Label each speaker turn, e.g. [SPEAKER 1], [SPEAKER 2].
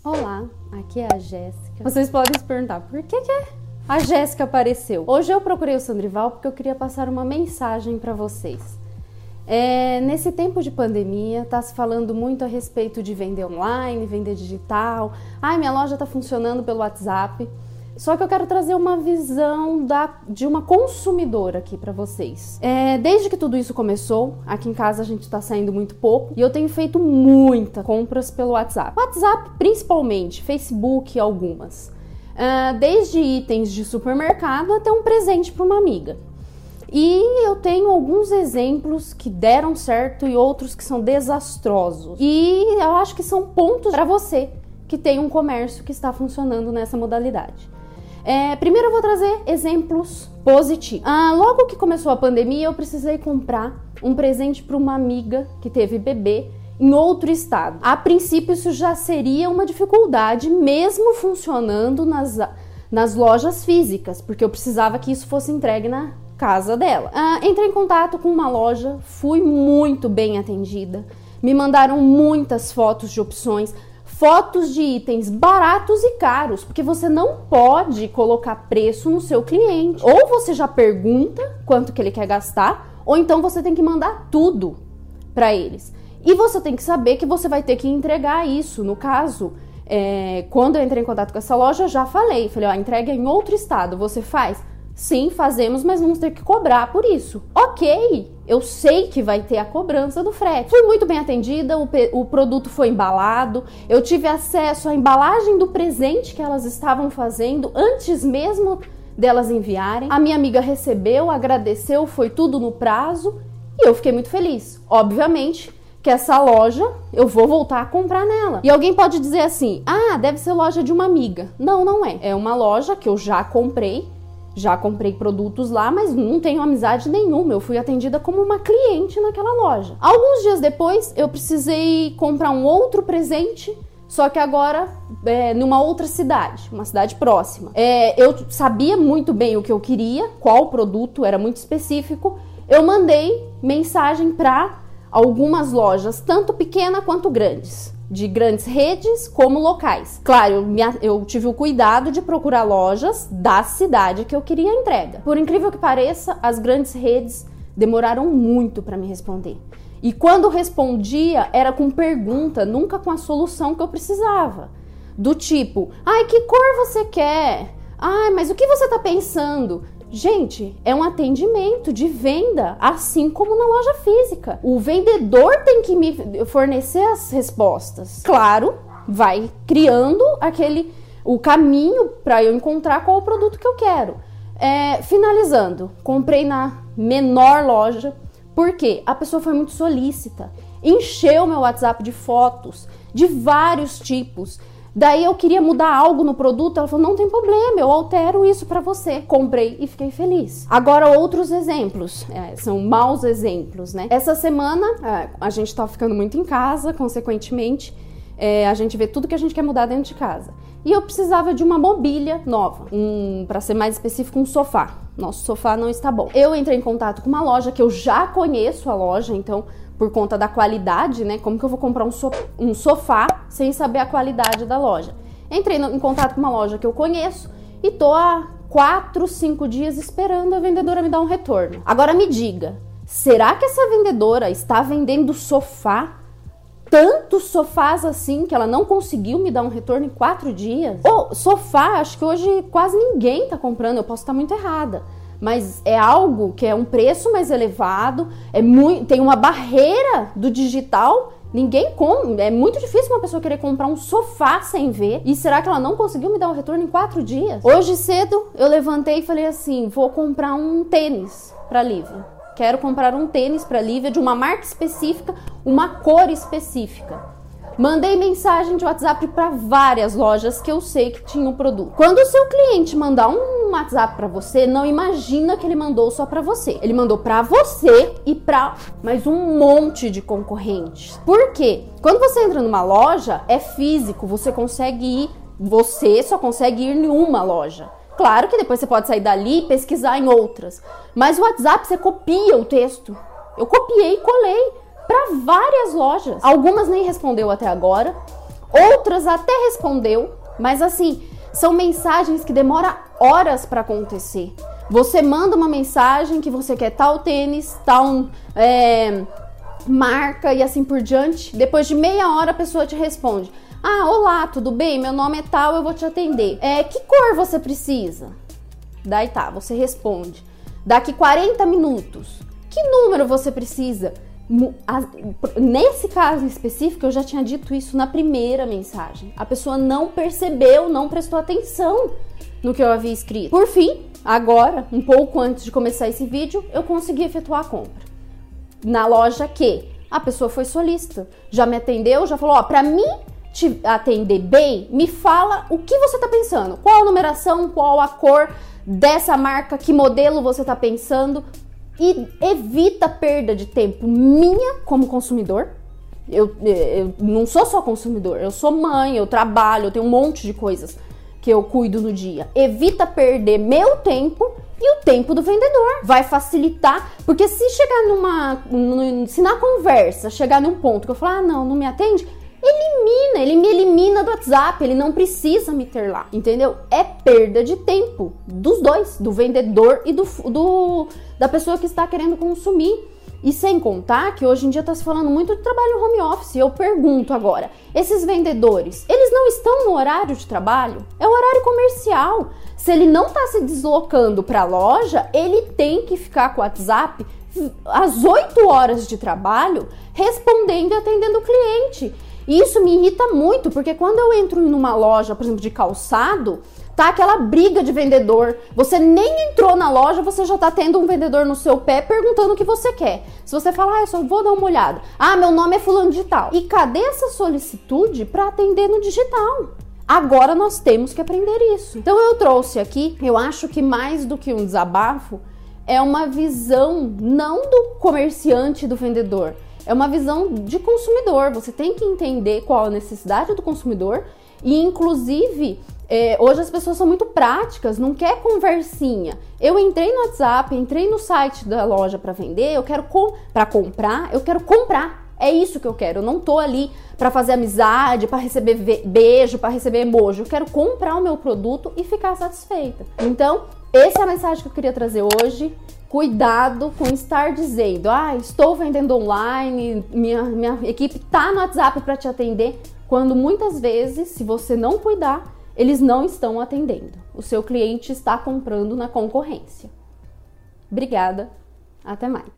[SPEAKER 1] Olá, aqui é a Jéssica. Vocês podem se perguntar, por que a Jéssica apareceu? Hoje eu procurei o Sandrival porque eu queria passar uma mensagem para vocês. Nesse tempo de pandemia, tá se falando muito a respeito de vender online, vender digital. Minha loja tá funcionando pelo WhatsApp. Só que eu quero trazer uma visão de uma consumidora aqui para vocês. Desde que tudo isso começou, aqui em casa a gente tá saindo muito pouco e eu tenho feito muitas compras pelo WhatsApp. WhatsApp principalmente, Facebook algumas. Desde itens de supermercado até um presente para uma amiga. E eu tenho alguns exemplos que deram certo e outros que são desastrosos. E eu acho que são pontos para você que tem um comércio que está funcionando nessa modalidade. Primeiro eu vou trazer exemplos positivos. Logo que começou a pandemia, eu precisei comprar um presente para uma amiga que teve bebê em outro estado. A princípio isso já seria uma dificuldade, mesmo funcionando nas lojas físicas, porque eu precisava que isso fosse entregue na casa dela. Entrei em contato com uma loja, fui muito bem atendida, me mandaram muitas fotos de opções, fotos de itens baratos e caros, porque você não pode colocar preço no seu cliente. Ou você já pergunta quanto que ele quer gastar, ou então você tem que mandar tudo para eles. E você tem que saber que você vai ter que entregar isso. No caso, quando eu entrei em contato com essa loja, eu já falei, a entrega é em outro estado, você faz? Sim, fazemos, mas vamos ter que cobrar por isso. Ok, eu sei que vai ter a cobrança do frete. Fui muito bem atendida, o produto foi embalado, eu tive acesso à embalagem do presente que elas estavam fazendo antes mesmo delas enviarem. A minha amiga recebeu, agradeceu, foi tudo no prazo e eu fiquei muito feliz. Obviamente que essa loja eu vou voltar a comprar nela. E alguém pode dizer assim, deve ser loja de uma amiga. Não, não é. É uma loja que eu já comprei produtos lá, mas não tenho amizade nenhuma, eu fui atendida como uma cliente naquela loja. Alguns dias depois, eu precisei comprar um outro presente, só que agora numa outra cidade, uma cidade próxima. Eu sabia muito bem o que eu queria, qual produto, era muito específico. Eu mandei mensagem para algumas lojas, tanto pequenas quanto grandes, de grandes redes como locais. Claro, eu tive o cuidado de procurar lojas da cidade que eu queria a entrega. Por incrível que pareça, as grandes redes demoraram muito para me responder. E quando respondia, era com pergunta, nunca com a solução que eu precisava. Do tipo, que cor você quer? Mas o que você está pensando? Gente, é um atendimento de venda, assim como na loja física. O vendedor tem que me fornecer as respostas. Claro, vai criando o caminho para eu encontrar qual o produto que eu quero. Finalizando, comprei na menor loja, porque a pessoa foi muito solícita. Encheu meu WhatsApp de fotos, de vários tipos. Daí eu queria mudar algo no produto, ela falou, não tem problema, eu altero isso pra você. Comprei e fiquei feliz. Agora outros exemplos, são maus exemplos, né? Essa semana a gente tá ficando muito em casa, consequentemente, a gente vê tudo que a gente quer mudar dentro de casa. E eu precisava de uma mobília nova, pra ser mais específico, um sofá. Nosso sofá não está bom. Eu entrei em contato com uma loja que eu já conheço a loja, então por conta da qualidade, né? Como que eu vou comprar um sofá sem saber a qualidade da loja? Entrei em contato com uma loja que eu conheço e tô há 4, 5 dias esperando a vendedora me dar um retorno. Agora me diga, será que essa vendedora está vendendo sofá? Tantos sofás assim que ela não conseguiu me dar um retorno em 4 dias? Sofá, acho que hoje quase ninguém tá comprando, eu posso estar muito errada. Mas é algo que é um preço mais elevado, tem uma barreira do digital, ninguém compra, é muito difícil uma pessoa querer comprar um sofá sem ver. E será que ela não conseguiu me dar um retorno em 4 dias? Hoje cedo eu levantei e falei assim, vou comprar um tênis para Lívia. Quero comprar um tênis para Lívia de uma marca específica, uma cor específica. Mandei mensagem de WhatsApp para várias lojas que eu sei que tinham produto. Quando o seu cliente mandar um WhatsApp para você, não imagina que ele mandou só para você. Ele mandou para você e para mais um monte de concorrentes. Por quê? Quando você entra numa loja, é físico, você só consegue ir em uma loja. Claro que depois você pode sair dali e pesquisar em outras. Mas o WhatsApp, você copia o texto. Eu copiei e colei para várias lojas. Algumas nem respondeu até agora. outras até respondeu, mas assim, são mensagens que demoram horas para acontecer. Você manda uma mensagem que você quer tal tênis, tal marca e assim por diante. Depois de meia hora a pessoa te responde: ah, olá, tudo bem? Meu nome é tal, eu vou te atender. Que cor você precisa? Daí tá, você responde. Daqui 40 minutos, que número você precisa? Nesse caso específico, eu já tinha dito isso na primeira mensagem. A pessoa não percebeu, não prestou atenção no que eu havia escrito. Por fim, agora, um pouco antes de começar esse vídeo, eu consegui efetuar a compra. Na loja que a pessoa foi solícita, já me atendeu, já falou, pra mim te atender bem, me fala o que você tá pensando. Qual a numeração, qual a cor dessa marca, que modelo você tá pensando. E evita perda de tempo minha como consumidor. Eu não sou só consumidor, eu sou mãe, eu trabalho, eu tenho um monte de coisas que eu cuido no dia. Evita perder meu tempo e o tempo do vendedor. Vai facilitar, porque se chegar se na conversa chegar num ponto que eu falar, não me atende, ele me elimina do WhatsApp, ele não precisa me ter lá, entendeu? É perda de tempo dos dois, do vendedor e da pessoa que está querendo consumir. E sem contar que hoje em dia está se falando muito de trabalho home office. Eu pergunto agora, esses vendedores, eles não estão no horário de trabalho? É o horário comercial. Se ele não está se deslocando para a loja, ele tem que ficar com o WhatsApp às 8 horas de trabalho respondendo e atendendo o cliente. E isso me irrita muito, porque quando eu entro numa loja, por exemplo, de calçado, tá aquela briga de vendedor. Você nem entrou na loja, você já tá tendo um vendedor no seu pé perguntando o que você quer. Se você falar, eu só vou dar uma olhada. Ah, meu nome é fulano de tal. E cadê essa solicitude para atender no digital? Agora nós temos que aprender isso. Então eu trouxe aqui, eu acho que mais do que um desabafo, é uma visão não do comerciante, do vendedor. É uma visão de consumidor. Você tem que entender qual a necessidade do consumidor e, inclusive, hoje as pessoas são muito práticas, não quer conversinha. Eu entrei no WhatsApp, entrei no site da loja para vender, eu quero comprar. É isso que eu quero. Eu não tô ali para fazer amizade, para receber beijo, para receber emoji. Eu quero comprar o meu produto e ficar satisfeita. Então, essa é a mensagem que eu queria trazer hoje. Cuidado com estar dizendo, estou vendendo online, minha equipe tá no WhatsApp para te atender, quando muitas vezes, se você não cuidar, eles não estão atendendo. O seu cliente está comprando na concorrência. Obrigada, até mais.